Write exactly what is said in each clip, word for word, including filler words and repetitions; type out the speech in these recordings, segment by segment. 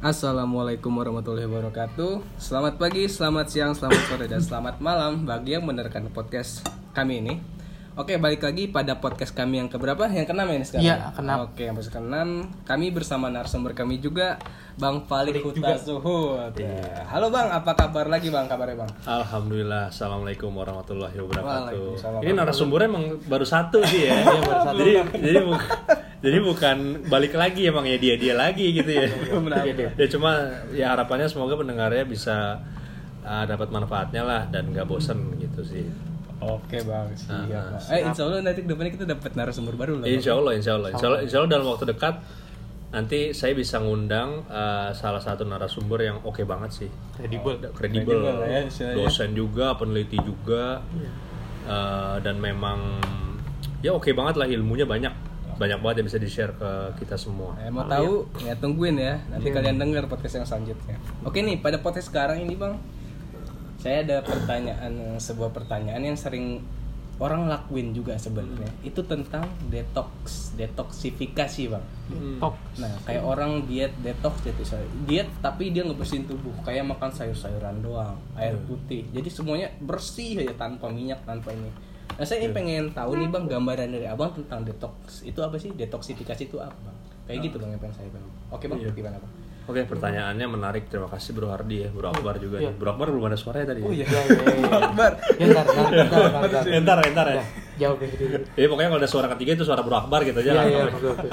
Assalamualaikum warahmatullahi wabarakatuh. Selamat pagi, selamat siang, selamat sore, dan selamat malam bagi yang mendengarkan podcast kami ini. Oke, balik lagi pada podcast kami yang keberapa? Yang keenam ya ini sekarang? Iya, keenam. Oke, yang keenam. Kami bersama narasumber kami juga, Bang Falik Hutasuhud. Ya. Halo Bang, apa kabar lagi Bang? Kabarnya Bang? Alhamdulillah. Assalamualaikum warahmatullahi wabarakatuh. Waalaikumsalam. Ini narasumbernya emang baru satu sih ya. Iya, baru satu. Jadi jadi bu- jadi bukan balik lagi emang ya dia dia lagi gitu ya. Benar. Ya cuma ya harapannya semoga pendengarnya bisa uh, dapat manfaatnya lah dan nggak bosen gitu sih. Oke Bang, siap. Ah, Bang. Eh, insya Allah nanti kedepannya kita dapat narasumber baru lah. Insya Allah, insya Allah, insya Allah, insya Allah dalam waktu dekat nanti saya bisa ngundang uh, salah satu narasumber yang oke banget sih, Kredibel. kredibel, Kredibel ya, istilahnya. dosen juga, peneliti juga, uh, dan memang ya oke banget lah, ilmunya banyak, banyak banget yang bisa di share ke kita semua. Eh, mau tahu ya tungguin ya, nanti kalian dengar podcast yang selanjutnya. Oke nih, pada podcast sekarang ini Bang, saya ada pertanyaan, sebuah pertanyaan yang sering orang lakuin juga sebenarnya. Itu tentang detox, detoksifikasi Bang. Detox. Nah, kayak orang diet detox gitu, diet tapi dia ngebersihin tubuh, kayak makan sayur-sayuran doang, air putih. Jadi semuanya bersih aja tanpa minyak, tanpa ini. Nah, saya ini pengen tahu nih Bang, gambaran dari Abang tentang detox. Itu apa sih? Detoksifikasi itu apa, Bang? Kayak gitu Bang yang pengen saya tahu. Oke Bang, Iya. gimana Bang? Oke, pertanyaannya menarik. Terima kasih Bro Hardi ya, Bro Akbar juga. Iya. nih. Bro Akbar belum ada suaranya tadi. Oh ya? iya, iya, iya. Akbar. Ya, ntar, ntar, ntar, ntar, ntar. Entar, entar ya. Jawab ya gitu. Jadi pokoknya kalau ada suara ketiga itu suara Bro Akbar gitu aja. Iya, lah. iya, betul, betul.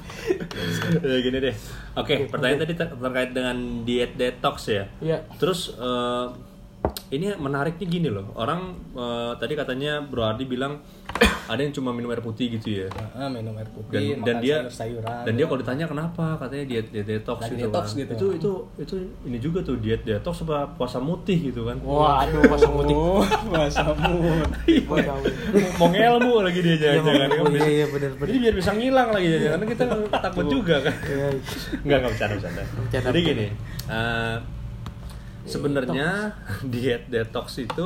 Ya gini deh. Oke, pertanyaan tadi ter- terkait dengan diet detox ya. Iya. Terus eh, ini menariknya gini loh. Orang eh, tadi katanya Bro Ardi bilang ada yang cuma minum air putih gitu ya. Ah, minum air Dan, putih, dan makan dia sayur-sayuran. dan dia kalau ditanya kenapa katanya diet, diet detox Lagi gitu detox kan. gitu. Itu itu itu ini juga tuh diet detox apa puasa mutih gitu kan. Wah, aduh, pasang putih. Oh, masa mut. Wah, Mau ngelmu lagi dia Iya, jangan-jangan kan. iya, iya, bener, bener. Jadi biar bisa ngilang lagi jangan karena kita takut juga kan. Iya, iya. Enggak, enggak bercanda, bercanda. Bercanda, Jadi bercanda. gini, eh, sebenarnya diet detox itu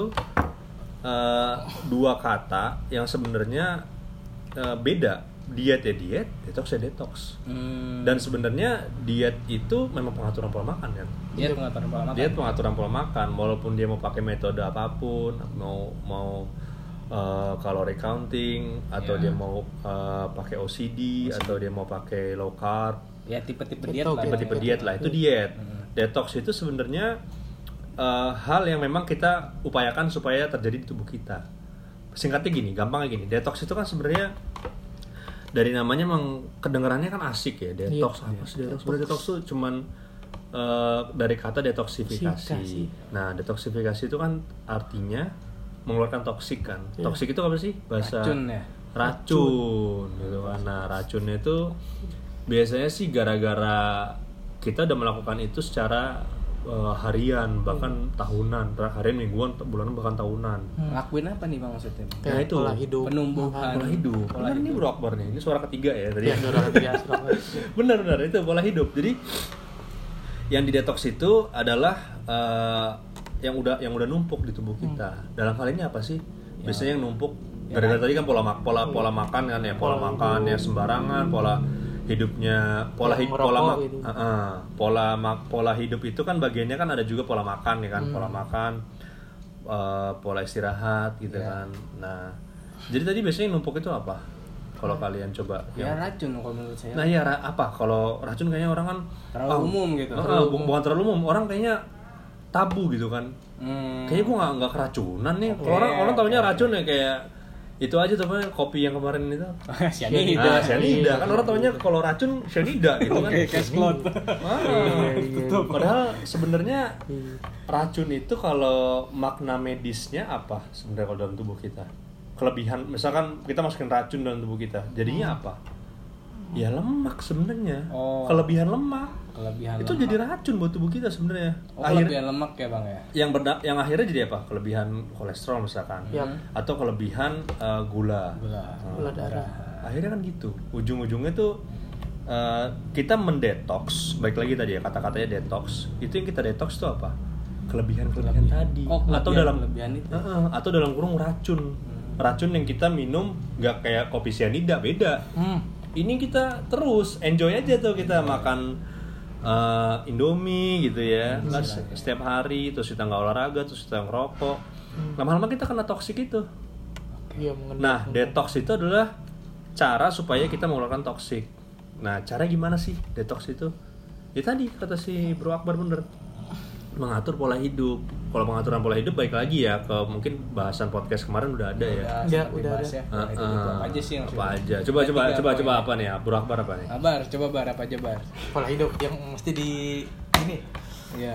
eh, dua kata yang sebenarnya eh, beda. Diet ya diet, detox ya detox. Hmm. Dan sebenarnya diet itu memang pengaturan pola makan kan. Diet pengaturan pola makan. Diet pengaturan pola makan, walaupun dia mau pakai metode apapun, mau mau uh, kalori counting, atau Ya. dia mau uh, pakai O C D, atau dia mau pakai low carb, Ya tipe-tipe diet Itu, lah. tipe-tipe ya. diet lah, itu diet. Detox itu sebenarnya uh, hal yang memang kita upayakan supaya terjadi di tubuh kita. Singkatnya gini, gampangnya gini, detox itu kan sebenarnya dari namanya emang kedengarannya kan asik ya, detox Iya, apa sih detox? Sebenarnya detox tuh cuman uh, dari kata detoksifikasi. Detoksifikasi. Nah, detoksifikasi itu kan artinya mengeluarkan toksik kan. Iya. Toksik itu apa sih? Bahasa Racun ya. Racun gitu kan. Nah, racunnya itu biasanya sih gara-gara kita udah melakukan itu secara uh, harian, bahkan tahunan, harian, mingguan, bulanan, bahkan tahunan. Ngelakuin apa nih Bang maksudnya? Bang? Nah, Kayak itu. pola hidup. Penumbuhan. Pola hidup. Pola Benar ini hidup. Bro Akbar nih. Ini suara ketiga ya tadi. Iya, sudah biasa. Benar-benar itu pola hidup. Jadi yang di detox itu adalah uh, yang udah yang udah numpuk di tubuh kita. Dalam hal ini apa sih? Biasanya yang numpuk gara-gara tadi kan pola mak- pola pola makan kan ya, pola Pola makan yang sembarangan, pola hidupnya, pola Yang hidup, pola merokok ma- gitu. uh, uh, pola ma- pola hidup itu kan bagiannya kan ada juga pola makan ya kan, pola makan, uh, pola istirahat gitu kan. Nah, jadi tadi biasanya yang numpuk itu apa? Kalau kalian coba Ya yang racun kalau menurut saya. Nah ya ra- apa kalau racun kayaknya orang kan Terlalu umum gitu. ah, Terlalu bu- bukan terlalu umum, orang kayaknya tabu gitu kan. Hmm. Kayaknya gua nggak nggak keracunan nih. Oke, Kalau orang orang taunya oke. racun ya kayak itu aja tuh apa, kopi yang kemarin itu. Cyanida. Nah, cyanida kan orang taunya kalau racun cyanida gitu kan. Oke, cash cloud. Ah, padahal sebenarnya racun itu kalau makna medisnya apa sebenarnya kalau dalam tubuh kita? Kelebihan, misalkan kita masukin racun dalam tubuh kita, jadinya apa? Ya lemak sebenarnya. Oh. Kelebihan lemak. Kelebihan Itu lemak. jadi racun buat tubuh kita sebenarnya. Oh, Akhir- kelebihan lemak ya Bang ya. yang berda- yang akhirnya jadi apa? Kelebihan kolesterol misalkan. Iya. Atau kelebihan uh, gula. Gula. Gula darah. Akhirnya kan gitu. Ujung-ujungnya tuh uh, kita mendetox. Baik lagi tadi ya kata-katanya detox. Itu yang kita detox tuh apa? Kelebihan-kelebihan tadi. Oh, kelebihan- atau dalam kelebihan itu. Uh-uh, atau dalam kurung racun. Racun yang kita minum nggak kayak kopi cyanida, beda. Hmm. Ini kita terus enjoy aja tuh kita makan uh, Indomie gitu ya, kan setiap hari, terus kita nggak olahraga, terus kita ngerokok, lama-lama kita kena toksik itu. Iya, mengenai- Nah, detox itu adalah cara supaya kita mengeluarkan toksik. Nah, cara gimana sih detox itu? Ya tadi kata si Bro Akbar bener, mengatur pola hidup. Kalau pengaturan pola hidup baik lagi ya ke mungkin bahasan podcast kemarin udah ada ya. Ya, sempat udah dibahas ada. ya. Nah, itu, itu apa aja sih yang apa harus aja? Coba coba Tiga coba poin. coba apa nih ya? Bro Akbar apa nih? Abar, coba bar apa aja bar? Pola hidup yang mesti di ini. Iya.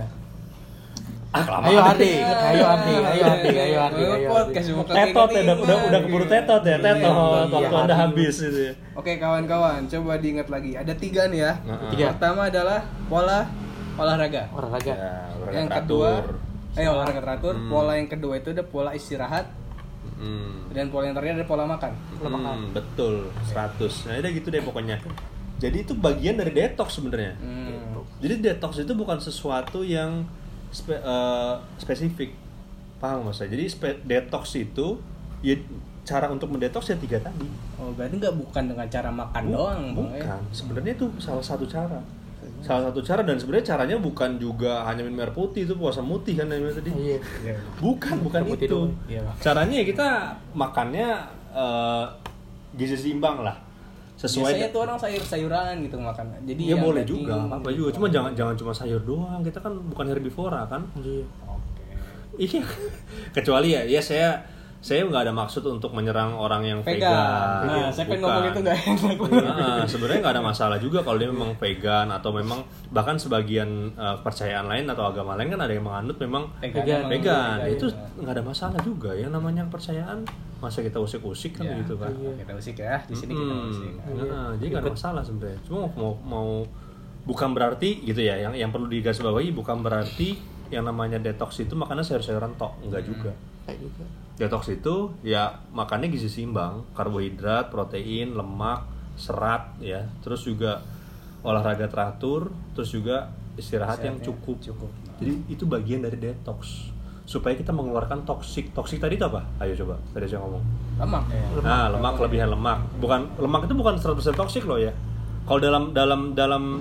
Ah, kelamaan. Ayo Ardi, ayo Ardi, ayo Ardi, ayo Ardi, ayo Ardi. Podcast mau Tetot ya, udah, keinget-inget. udah, udah keburu tetot ya, tetot Iya, waktu iya. anda habis itu ya. Oke kawan-kawan, coba diingat lagi. Ada tiga nih ya. Nah, Tiga. Pertama adalah pola olahraga. Olahraga. Ya, olahraga Yang teratur. kedua, eh olahraga teratur. Hmm. Pola yang kedua itu ada pola istirahat. Hmm. Dan pola yang terakhir ada pola makan. Hmm, betul, seratus. Nah, udah gitu deh pokoknya. Jadi itu bagian dari detox sebenarnya. Hmm. Jadi detox itu bukan sesuatu yang spe- eh, spesifik. Paham Mas? Jadi spe- detox itu ya cara untuk mendetoks ya tiga tadi. Oh berarti nggak bukan dengan cara makan Bu- doang, Bang, ya? Bukan. Sebenarnya itu salah satu cara. Salah satu cara dan sebenarnya caranya bukan juga hanya minum air putih, itu puasa mutih kan yang tadi. Iya. Bukan, bukan Air putih itu. doang. Iya, Bang. Caranya ya kita makannya eh, gizi seimbang lah. Sesuai Biasanya tuh orang sayur-sayuran gitu makan. Jadi ya yang boleh daging juga, apa gitu. juga. Cuma jangan jangan cuma sayur doang. Kita kan bukan herbivora kan? Iya. Oke. Iya. Kecuali ya, ya saya saya nggak ada maksud untuk menyerang orang yang Vegan. vegan. Nah, saya pengen Bukan. ngomong itu nggak enak. Nah, sebenarnya nggak ada masalah juga kalau dia memang vegan atau memang bahkan sebagian uh, kepercayaan lain atau agama lain kan ada yang menganut memang Vegan. vegan. Iya, Itu iya. nggak ada masalah juga ya, namanya kepercayaan masa kita usik-usik kan Ya, gitu kan. Kita usik ya. Di sini kita Hmm. usik. Nah, jadi nggak ada masalah sebenarnya. Cuma mau mau bukan berarti gitu ya, yang yang perlu digarisbawahi bukan berarti yang namanya detox itu makannya sayur-sayuran tok, enggak juga. Kayak juga. Detox itu ya makannya gizi seimbang, karbohidrat, protein, lemak, serat ya, terus juga olahraga teratur, terus juga istirahat yang Istirahatnya cukup. cukup. Jadi itu bagian dari detox supaya kita mengeluarkan toksik. Toksik tadi itu apa? Ayo coba, tadi saya ngomong. Lemak ya. Nah, lemak kelebihan lemak. Bukan lemak itu bukan seratus persen toksik loh ya. Kalau dalam dalam dalam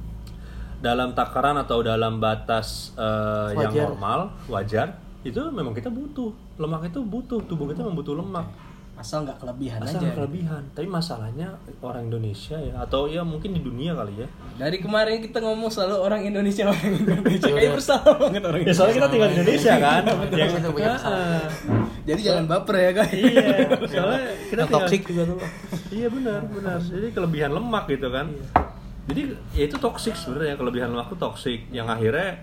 dalam takaran atau dalam batas eh, yang Wajar. normal, wajar, itu memang kita butuh. Lemak itu butuh, tubuh kita memang butuh lemak. Asal nggak kelebihan Asal aja. kelebihan. Tapi masalahnya orang Indonesia ya, atau ya mungkin di dunia kali ya. Dari kemarin kita ngomong selalu orang Indonesia orang Indonesia. Ya Kayak udah. bersalah banget orang Ya Indonesia. soalnya kita tinggal di Indonesia kan. Betul, Yang betul, banyak masalah. Ah, Jadi jangan baper ya guys. iya, soalnya kita Yang tinggal- toksik juga tuh. Iya benar, benar. Jadi kelebihan lemak gitu kan. Jadi ya itu toksik sebenarnya, kelebihan lemak itu toksik yang akhirnya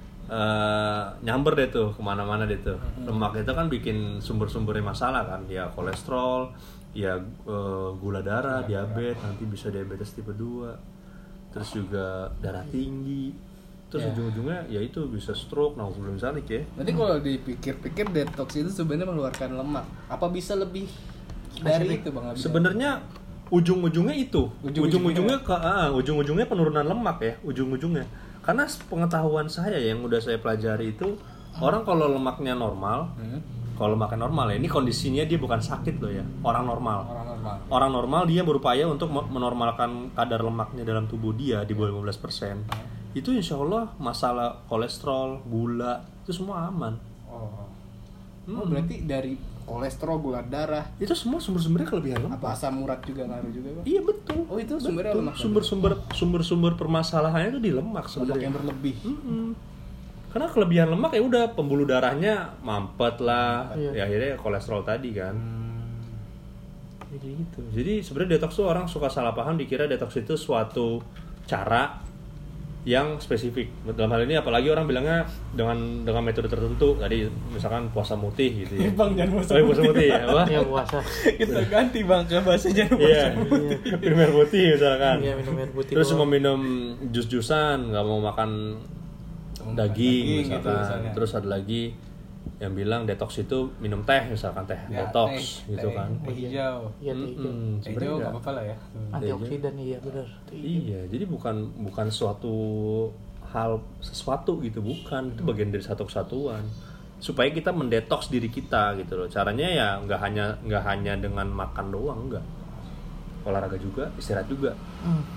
eh, nyamber deh tuh kemana-mana deh tuh. Lemak itu kan bikin sumber-sumbernya masalah kan, ya kolesterol, ya eh, gula darah, diabetes, nanti bisa diabetes tipe dua, terus juga darah tinggi, terus Ya. ujung-ujungnya ya itu bisa stroke, nah belum salik ya. Berarti kalau dipikir-pikir detox itu sebenarnya mengeluarkan lemak. Apa bisa lebih dari Spesifik. itu Bang Abi? Sebenarnya ujung-ujungnya itu, Ujung-ujungnya. ujung-ujungnya ke ah, ujung-ujungnya penurunan lemak ya, ujung-ujungnya. Karena pengetahuan saya yang udah saya pelajari itu orang kalau lemaknya normal, Hmm? kalau lemaknya normal ya, ini kondisinya dia bukan sakit loh ya, orang normal. Orang normal. Orang normal dia berupaya untuk me- menormalkan kadar lemaknya dalam tubuh dia di bawah lima belas persen. Itu insya Allah masalah kolesterol, gula itu semua aman. Oh. Hmm. Oh, berarti dari kolesterol, gula darah, Itu semua sumber-sumbernya kelebihan lemak. apa asam urat juga ngaruh juga Bang? Iya betul. Oh, itu sumbernya Betul. lemak. Sumber-sumber sumber-sumber permasalahannya itu di lemak Lemak sebenarnya. yang berlebih. Mm-mm. Karena kelebihan lemak ya udah pembuluh darahnya mampet lah, Iya. ya akhirnya kolesterol tadi kan. Hmm. Jadi gitu. Jadi sebenarnya detox tuh orang suka salah paham dikira detox itu suatu cara yang spesifik. Dalam hal ini apalagi orang bilangnya dengan dengan metode tertentu. Tadi misalkan puasa mutih gitu ya. Bang jangan puasa Oh, iya, puasa mutih ya. Wah. Iya puasa. Kita ganti Bang ke bahasa jangan puasa. Iya. Minum air putih misalkan. Iya minum air putih. Terus doang. mau minum jus-jusan, nggak mau makan Mau makan daging, daging gitu misalkan. misalnya. Terus ada lagi yang bilang detox itu minum teh, misalkan teh Ya, detox teh, gitu teh, kan. Teh hijau. Iya teh hijau. Mm-mm, Teh sebenarnya hijau nggak- nggak apa-apa lah ya. Antioksidan iya benar. Teh hijau. Iya, jadi bukan bukan suatu hal sesuatu gitu, bukan. Itu bagian dari satu kesatuan. Supaya kita mendetoks diri kita gitu loh. Caranya ya nggak hanya nggak hanya dengan makan doang, enggak. Olahraga juga, istirahat juga. Hmm.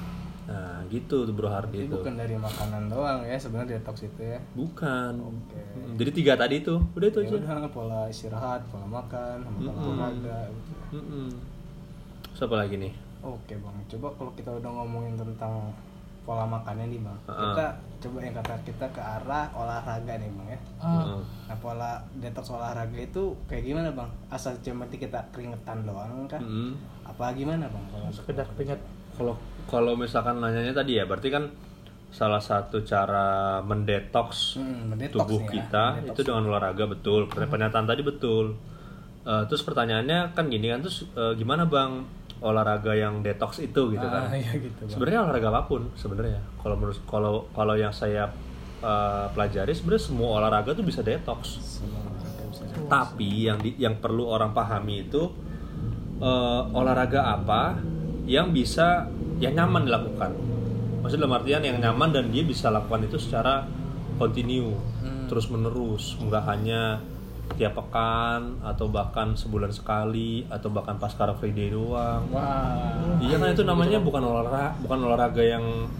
Nah, gitu tuh Bro Hardi Jadi itu. bukan dari makanan doang ya sebenarnya detox itu ya. Bukan. Oke. Hmm, Jadi tiga tadi tuh, udah itu Ya aja. udah, pola istirahat, pola makan, sama pola Mm-mm. olahraga gitu. Mm-mm. Terus apa lagi nih? Oke bang, coba kalau kita udah ngomongin tentang pola makannya nih bang, Uh-uh. kita coba yang kata kita ke arah olahraga nih bang ya. Heeh. Nah pola detox olahraga itu kayak gimana bang? Asal cuma kita keringetan doang kah? Mm-mm. Apa gimana bang? Kalau Sekedar keringat. Kalau kalau misalkan nanyanya tadi ya, berarti kan salah satu cara mendetoks Hmm, mendetox tubuh nih ya, kita mendetox. itu dengan olahraga, betul. Pernyataan tadi betul. Eh, terus pertanyaannya kan gini kan, terus eh, gimana bang olahraga yang detox itu gitu kan? Ah, iya gitu bang. Sebenarnya olahraga apapun sebenarnya. Kalau menurut kalau kalau yang saya eh, pelajari sebenarnya semua olahraga tuh bisa detox. Semua olahraga bisa detox. Tapi yang di, yang perlu orang pahami itu eh, olahraga apa yang bisa yang nyaman dilakukan. Maksudnya dalam artian yang nyaman dan dia bisa lakukan itu secara kontinu, Hmm. terus menerus, nggak hanya tiap pekan atau bahkan sebulan sekali atau bahkan pas Car Free Day doang. Wah. Iya kan itu namanya bukan olahraga, bukan olahraga yang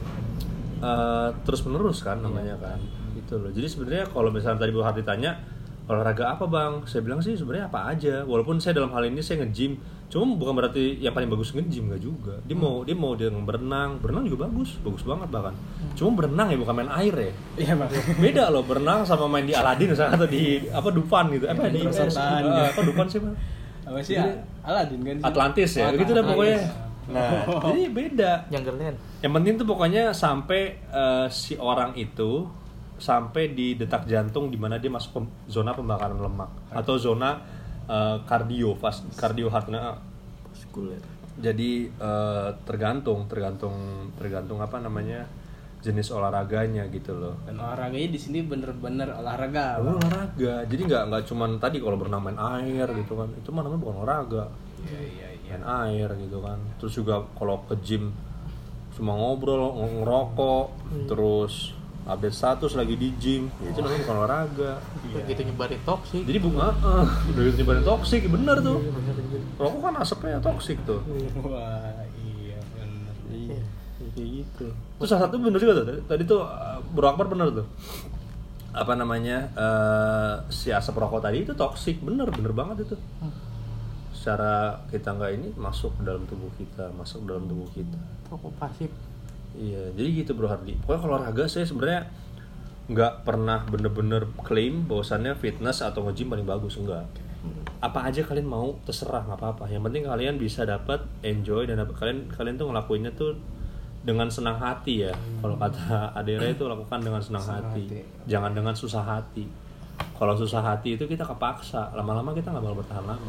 uh, terus menerus kan namanya kan. Gitu loh. Jadi sebenarnya kalau misalnya tadi Bu Hardi tanya olahraga apa bang? Saya bilang sih sebenarnya apa aja. Walaupun saya dalam hal ini saya nge-gym, cuma bukan berarti yang paling bagus nge-gym nggak juga. Dia mau dia mau dia berenang, berenang juga bagus, bagus banget bahkan. Cuma berenang ya bukan main air ya. Iya bang. Beda loh berenang sama main di Aladin misalnya atau di apa Dufan gitu. Apa di Perosotan, eh, ya. apa Dufan sih bang? Apa sih ya? Aladin kan? sih? Atlantis ya, Oh, begitu dah Atlantis. pokoknya. Nah, jadi beda. Jungleland. Yang penting tuh pokoknya sampai eh, si orang itu sampai di detak jantung di mana dia masuk pem- zona pembakaran lemak atau zona eh, kardio, fast kardio heart. Nah, Vaskuler. jadi eh, tergantung, tergantung, tergantung apa namanya jenis olahraganya gitu loh. Dan olahraganya di sini bener-bener olahraga. Lu Bang. olahraga, jadi nggak nggak cuman tadi kalau berenang main air gitu kan, itu mah namanya bukan olahraga, Iya iya iya. main air gitu kan. Terus juga kalau ke gym cuma ngobrol, ng- ngerokok, terus update status lagi di gym, ya itu namanya bukan olahraga. Begitu nyebarin toksik. Jadi bunga, uh, udah gitu nyebarin toksik, bener tuh. Rokok kan asapnya toksik tuh. Wah iya bener. Iya, kayak gitu. Terus salah satu bener juga tuh. Tadi, tadi tuh uh, Bro Akbar bener tuh. Apa namanya uh, si asap rokok tadi itu toksik, bener bener banget itu. Secara kita nggak ini masuk ke dalam tubuh kita, masuk ke dalam tubuh kita. Rokok pasif. Iya, jadi gitu Bro Hardi. Pokoknya kalau olahraga saya sebenarnya nggak pernah bener-bener klaim bahwasannya fitness atau nge-gym paling bagus, enggak. Apa aja kalian mau terserah, nggak apa-apa. Yang penting kalian bisa dapat enjoy dan dapat kalian kalian tuh ngelakuinnya tuh dengan senang hati ya. Kalau kata Adera itu lakukan dengan senang, Senang hati. hati. Jangan dengan susah hati. Kalau susah hati itu kita kepaksa, lama-lama kita nggak bakal bertahan lama.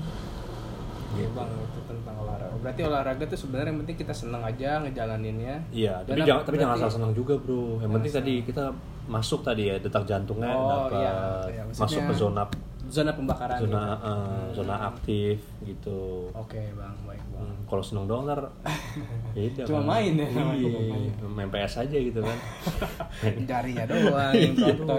Iya bang, itu tentang olahraga. Berarti olahraga tuh sebenarnya yang penting kita seneng aja ngejalaninnya. Iya, Dan tapi apa- jangan tapi jangan berarti- asal senang juga, Bro. Yang penting tadi kita masuk tadi ya detak jantungnya Oh, dapat iya. Iya, maksudnya masuk ke zona zona pembakaran. zona gitu. eh, zona aktif gitu. Oke bang, baik bang. Hmm, kalau seneng doang ntar beda. Cuma kan. main ya, namanya. Iya, main P S aja gitu kan. Jarinya doang yang Iya. totot.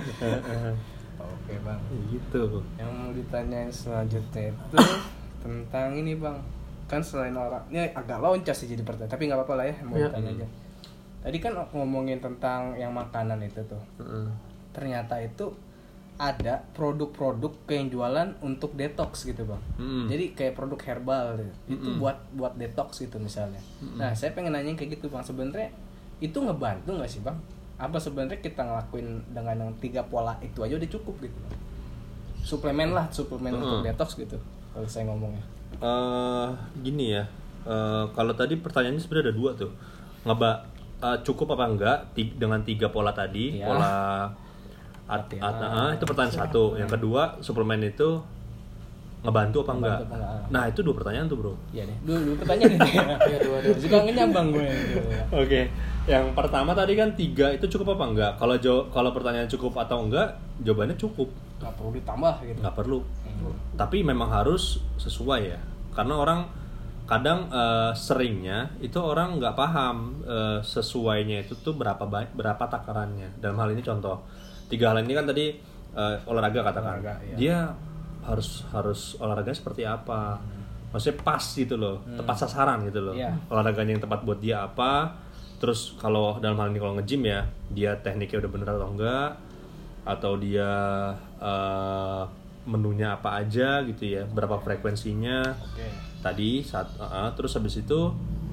Oke bang. Gitu. Yang mau ditanyain selanjutnya itu tentang ini bang. Kan selain orang, ini agak loncat sih jadi pertanyaan, tapi nggak apa-apa lah ya, mau Iya. ditanya aja. Tadi kan ngomongin tentang yang makanan itu tuh. Heeh. Ternyata itu ada produk-produk yang jualan untuk detox gitu bang. Mm. Jadi kayak produk herbal gitu. Itu Mm-mm. buat buat detox gitu misalnya. Nah saya pengen nanya kayak gitu bang. Sebenarnya itu ngebantu nggak sih bang? Apa sebenarnya kita ngelakuin dengan yang tiga pola itu aja udah cukup gitu bang? Suplemen lah, suplemen Mm-mm. untuk detox gitu. Kalau saya ngomongnya. Eh, gini ya. Eh, kalau tadi pertanyaannya sebenarnya ada dua tuh. Ngeba eh, cukup apa enggak ti- dengan tiga pola tadi? Iya. Pola at, Latihan. at- ah, itu pertanyaan satu. Yang kedua, suplemen itu ngebantu apa enggak? Ngebantu apa enggak? Nah, itu dua pertanyaan tuh, Bro. Iya deh. Dulu, dulu pertanyaan ini. Iya, dua-dua. Suka ngenyambang gue. Gitu. Oke. Yang pertama tadi kan tiga itu cukup apa enggak? Kalau jo- kalau pertanyaan cukup atau enggak, jawabannya cukup. Gak perlu ditambah gitu. Nggak perlu. Hmm. Tapi memang harus sesuai ya. Karena orang kadang eh, seringnya itu orang nggak paham eh, sesuainya itu tuh berapa ba- berapa takarannya. Dalam hal ini contoh tiga hal ini kan tadi eh, olahraga katakan. Olahraga, iya. Dia harus harus olahraga seperti apa? maksudnya pas gitu loh, Hmm. tepat sasaran gitu loh. Iya. Olahraganya yang tepat buat dia apa, terus kalau dalam hal ini kalau nge-gym ya, dia tekniknya udah bener atau enggak, atau dia uh, menunya apa aja gitu ya, berapa frekuensinya. Oke. Tadi saat uh, terus habis itu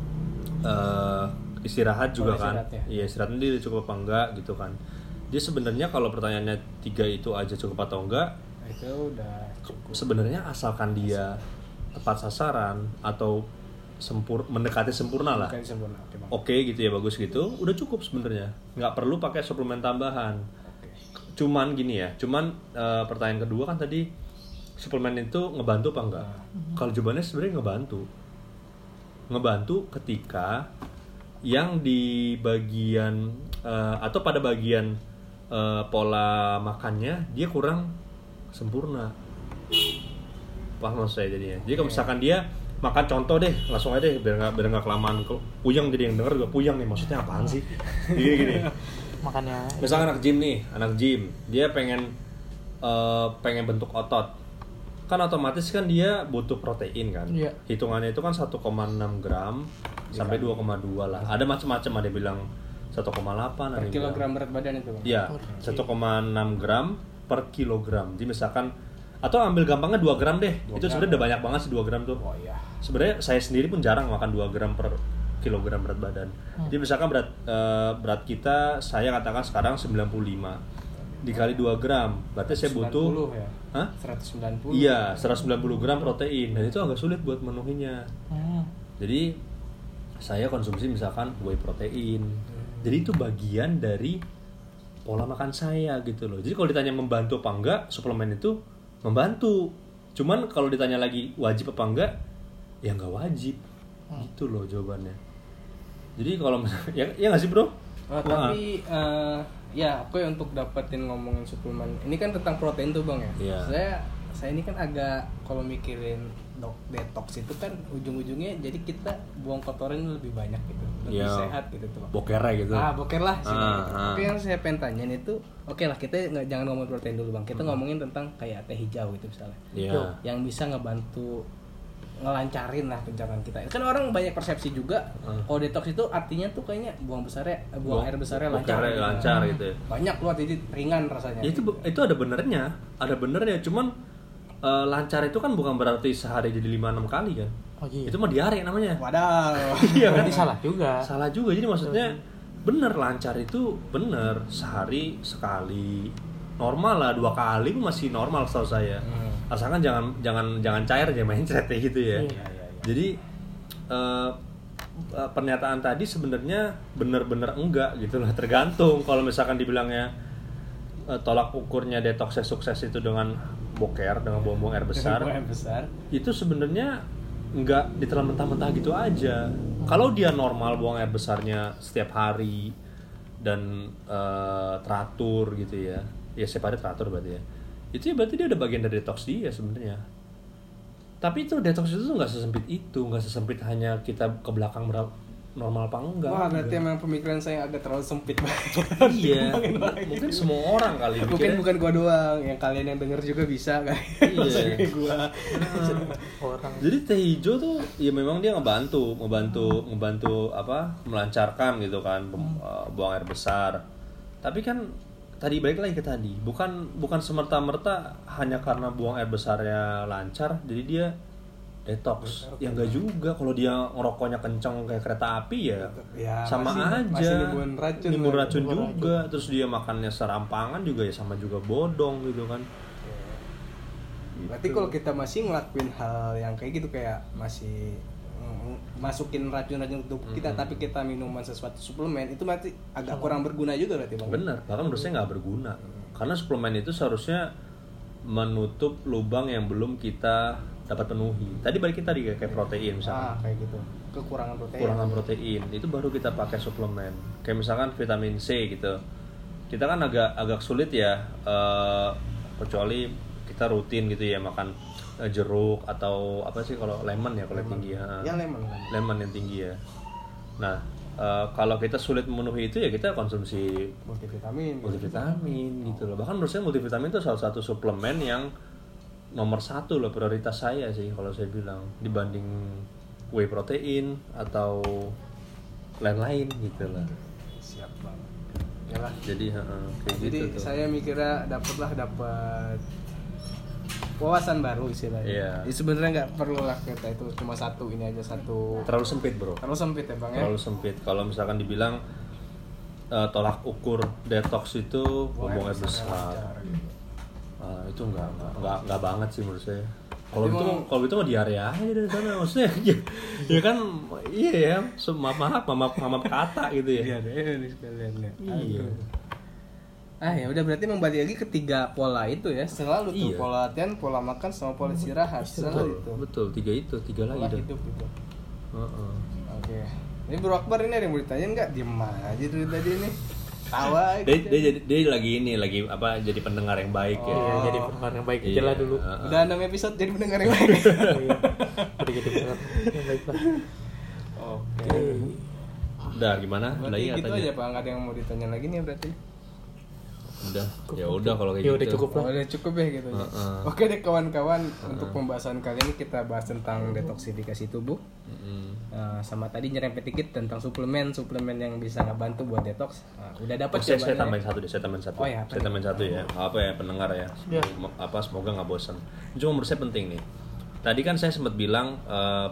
uh, istirahat juga Oh, kan. istirahat ya? Iya, istirahatnya dia cukup apa enggak gitu kan. Dia sebenarnya kalau pertanyaannya tiga itu aja cukup atau enggak, Nah, itu udah cukup. sebenarnya asalkan dia tepat sasaran atau sempur mendekati sempurna lah. Bukan sempurna. Oke, Bang. Oke gitu ya, bagus gitu, udah cukup sebenarnya. Nggak perlu pakai suplemen tambahan. Oke. Cuman gini ya, cuman eh, pertanyaan kedua kan tadi suplemen itu ngebantu apa enggak? Kalau jawabannya sebenarnya ngebantu. Ngebantu ketika yang di bagian eh, atau pada bagian eh, pola makannya dia kurang sempurna. Paham maksud saya jadinya. Jadi kalau misalkan dia makan, contoh deh, langsung aja deh biar nggak biar nggak kelamaan ke- puyeng, jadi yang denger juga puyeng nih, maksudnya apaan sih? Gini gini. Makanya Misalkan anak gym nih, anak gym, dia pengen eh, pengen bentuk otot, kan otomatis kan dia butuh protein kan. Iya. Hitungannya itu kan satu koma enam gram sampai dua koma dua lah. Ada macam-macam, ada yang bilang satu koma delapan, ada Per yang kilogram bilang- berat badan itu, Bang. Iya, satu koma enam gram per kilogram. Jadi misalkan, atau ambil gampangnya dua gram deh. dua Itu gram. sebenarnya udah banyak banget sih dua gram tuh. Oh iya. Sebenarnya saya sendiri pun jarang makan dua gram per kilogram berat badan. Jadi misalkan berat eh, berat kita, saya katakan sekarang sembilan puluh lima dikali dua gram, berarti saya sembilan butuh puluh ya. Hah? seratus sembilan puluh. Iya, seratus sembilan puluh gram protein, dan itu agak sulit buat menuhinya. hmm. Jadi saya konsumsi misalkan whey protein. Jadi itu bagian dari pola makan saya gitu loh. Jadi kalau ditanya membantu apa enggak, suplemen itu membantu. Cuman kalau ditanya lagi wajib apa enggak, ya nggak wajib. Gitu loh jawabannya. Jadi kalau misalnya, ya, ya nggak sih bro? Oh, tapi eh, ya aku ya untuk dapetin ngomongin suplemen ini kan tentang protein tuh Bang ya. Iya. Saya saya ini kan agak kalau mikirin dok detox itu kan ujung-ujungnya jadi kita buang kotoran lebih banyak gitu, lebih Iya. sehat gitu tuh Bang. Bokernya gitu. Ah, boker lah sih. Ah, gitu. ah. Tapi yang saya pengen tanyain itu, oke lah kita nggak jangan ngomongin protein dulu Bang. Kita Hmm. ngomongin tentang kayak teh hijau gitu misalnya. Iya. Tuh, yang bisa ngebantu ngelancarin lah pencernaan kita. Kan orang banyak persepsi juga Hmm. kalau detox itu artinya tuh kayaknya buang besarnya eh, buang, Buang- air besarnya lancar. bokernya lancar gitu ya. Banyak keluar jadi ringan rasanya. Ya itu itu ada benernya, ada benernya. Cuman eh, lancar itu kan bukan berarti sehari jadi lima enam kali kan. Oh iya. Itu mah diare namanya. Wadaw. Iya kan? Berarti salah juga. Salah juga. Jadi maksudnya bener, lancar itu bener sehari sekali. Normal lah dua kali pun masih normal setahu saya. Hmm. Asalkan jangan jangan jangan cair aja main chat gitu ya. Iya. Iya, iya, iya. Jadi eh, eh, pernyataan tadi sebenarnya bener-bener enggak gitu lah, tergantung. Kalau misalkan dibilangnya eh, tolak ukurnya detox sukses itu dengan boker, dengan buang-buang air besar, Buang air besar. itu sebenarnya nggak ditelan mentah-mentah gitu aja. Kalau dia normal buang air besarnya setiap hari dan eh, teratur gitu ya, ya setiap hari teratur berarti ya, itu ya berarti dia udah bagian dari detox dia sebenarnya. Tapi itu detox itu tuh nggak sesempit itu, nggak sesempit hanya kita ke belakang berapa normal apa enggak. Wah, berarti emang pemikiran saya agak terlalu sempit banget. Iya, Ngomongin mungkin semua orang kali Mungkin mikirnya. bukan gua doang, yang kalian yang denger juga bisa kan. Iya. Kayak gua. Orang Jadi teh hijau tuh ya memang dia ngebantu, ngebantu, ngebantu apa melancarkan gitu kan pem- uh, buang air besar. Tapi kan tadi balik lagi ke tadi, bukan bukan semerta-merta hanya karena buang air besarnya lancar, jadi dia detox. Ya enggak juga, kalau dia ngerokoknya kenceng kayak kereta api ya, Ya, sama masih- aja. masih nimbun racun Nimbun lah. racun Nimbun juga. Terus dia makannya serampangan juga ya sama juga bodong gitu kan. Berarti kalau kita masih ngelakuin hal yang kayak gitu kayak masih mm, masukin racun-racun ke tubuh kita Mm-mm. tapi kita minuman sesuatu suplemen itu berarti agak kurang berguna juga berarti Bang. Bener, bahkan menurut saya nggak berguna. Karena suplemen itu seharusnya menutup lubang yang belum kita dapat penuhi. Tadi balik kita tadi kayak kayak protein Ah, misalkan. kayak gitu. Kekurangan protein. Kekurangan protein itu baru kita pakai suplemen. Kayak misalkan vitamin C gitu. Kita kan agak agak sulit ya, eh, kecuali kita rutin gitu ya makan eh, jeruk atau apa sih kalau lemon ya kalau yang tinggi ya. Ya lemon. lemon. Lemon yang tinggi ya. Nah, eh, kalau kita sulit memenuhi itu ya kita konsumsi Multivitamin. multivitamin gitu loh. Bahkan menurut saya multivitamin itu salah satu suplemen yang nomor satu loh prioritas saya sih kalau saya bilang dibanding whey protein atau lain-lain gitu lah. Siap banget. Yalah. Jadi heeh, kayak Jadi gitu tuh. saya mikirnya dapatlah dapat wawasan baru istilahnya. Iya. Ya, sebenarnya nggak perlu lah kita itu cuma satu ini aja satu. Terlalu sempit bro. Terlalu sempit ya bang ya. Terlalu sempit. Kalau misalkan dibilang uh, tolak ukur detox itu ngomongnya besar. Uh, itu enggak, enggak enggak enggak banget sih menurut saya. Kalau itu kalau itu mah diare aja dari sana maksudnya. Ya kan iya ya, maaf maaf maaf maaf kata gitu ya. Iya deh ini sekalian ya. Iya. Ah ya udah berarti membalik lagi ketiga pola itu ya selalu tuh Iya. pola latihan, pola makan sama pola istirahat selalu Betul, itu. betul, tiga itu, tiga lagi Pola dah. hidup itu. Heeh. Oke. Ini Bro Akbar ini ada yang mau ditanyain nggak? Diem aja dari tadi ini. Tawa. Dia, dia jadi dia lagi ini lagi apa jadi pendengar yang baik ya. Iya, jadi pendengar yang baik aja Iya, lah dulu. heeh. Udah enam episode jadi pendengar yang baik. Iya. Udah jadi pendengar yang baik lah. Oke. Udah gimana? Berarti Lagi gitu katanya. aja Pak, nggak ada yang mau ditanya lagi nih berarti. Udah. Ya udah kalau kayak Ya gitu. udah cukup lah. Oh, udah cukup ya gitu. ya. Heeh. Oke deh kawan-kawan, untuk pembahasan kali ini kita bahas tentang detoksifikasi tubuh. Mm-mm. Nah, sama tadi nyerempet dikit tentang suplemen, suplemen yang bisa ngebantu buat detox. Nah, udah dapat Oh, saya, saya jawabannya. tambahin satu deh, saya tambahin satu. Oh, ya, apa saya nih? tambahin satu ya. Apa ya pendengar ya. Ya. Semoga, apa semoga nggak bosan. Cuma menurut saya penting nih. Tadi kan saya sempat bilang eh,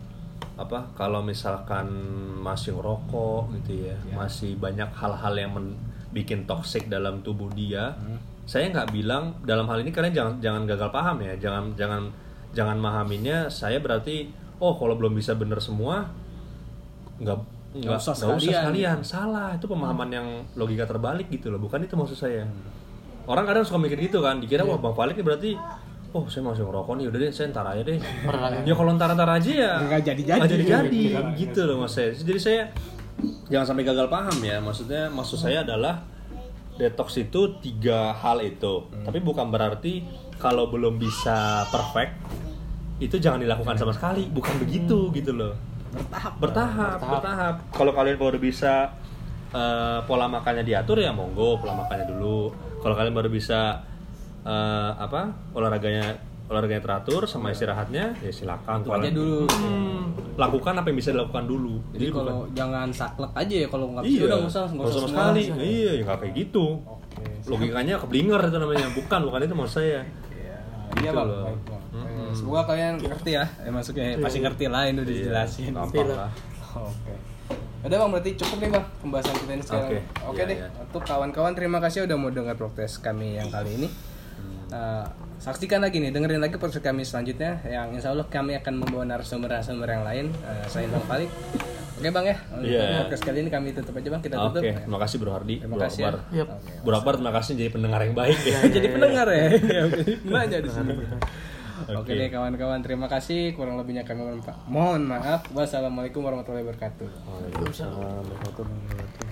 apa kalau misalkan masih ngerokok gitu ya, Ya. masih banyak hal-hal yang men- bikin toksik dalam tubuh dia. Hmm. Saya nggak bilang dalam hal ini kalian jangan jangan gagal paham ya, jangan jangan jangan mahaminnya saya berarti oh kalau belum bisa bener semua nggak nggak usah nggak usah sekalian. sekalian. Salah, itu pemahaman yang logika terbalik gitu loh, bukan itu maksud saya. Orang kadang suka mikir gitu kan, dikira wah Bang Falik ini berarti oh saya masih ngerokok nih, udah deh saya ntar aja deh. Ya kalau ntar-ntar aja ya Nggak jadi-jadi. nggak jadi-jadi gitu loh mas saya. Jadi saya jangan sampai gagal paham ya, maksudnya maksud saya adalah detox itu tiga hal itu, tapi bukan berarti kalau belum bisa perfect itu jangan dilakukan sama sekali, bukan begitu gitu loh. Bertahap. Bertahap, bertahap. Kalau kalian baru bisa eh, pola makannya diatur ya monggo pola makannya dulu. Kalau kalian baru bisa eh, apa olahraganya olahraganya teratur sama istirahatnya ya silakan. Itu aja Kalian- dulu. Hmm, lakukan apa yang bisa dilakukan dulu. Jadi bukan- kalau jangan saklek aja ya kalau nggak bisa iya, udah nggak usah nggak nggak usah usah sama semua. sekali. Iya, ya nggak kayak gitu. Oke. Logikanya keblinger itu namanya. Bukan, bukan itu maksud saya. Iya, Gitu iya bang. loh. Baik, Bang. Mm-mm. Eh, Semoga kalian ngerti ya. Eh, maksudnya pasti ngerti lah ini udah Iya, dijelasin. gampang lah. Oke. Udah bang, berarti cukup nih bang pembahasan kita ini sekarang. Oke. Oke Iya, deh. iya. Untuk kawan-kawan terima kasih udah mau dengar podcast kami yang kali ini. Hmm. Eh, saksikan lagi nih, dengerin lagi podcast kami selanjutnya yang insya Allah kami akan membawa narasumber-narasumber yang lain eh, selain Bang Falik. Oke bang ya, untuk Iya. podcast kali ini kami tutup aja bang, kita tutup. Oke, terima kasih Bro Hardi. Terima Bro kasih ya. Akbar. Yap. Oke. Bro Akbar terima kasih jadi pendengar yang baik ya. Jadi pendengar ya. Oke, nanya di sini. Oke. Oke deh kawan-kawan, terima kasih. Kurang lebihnya kami mohon ma- mohon maaf. Wassalamualaikum warahmatullahi wabarakatuh. Waalaikumsalam warahmatullahi wabarakatuh.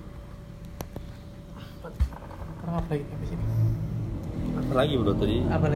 Kurang apa lagi habis ini? Apa lagi bro tadi? Apa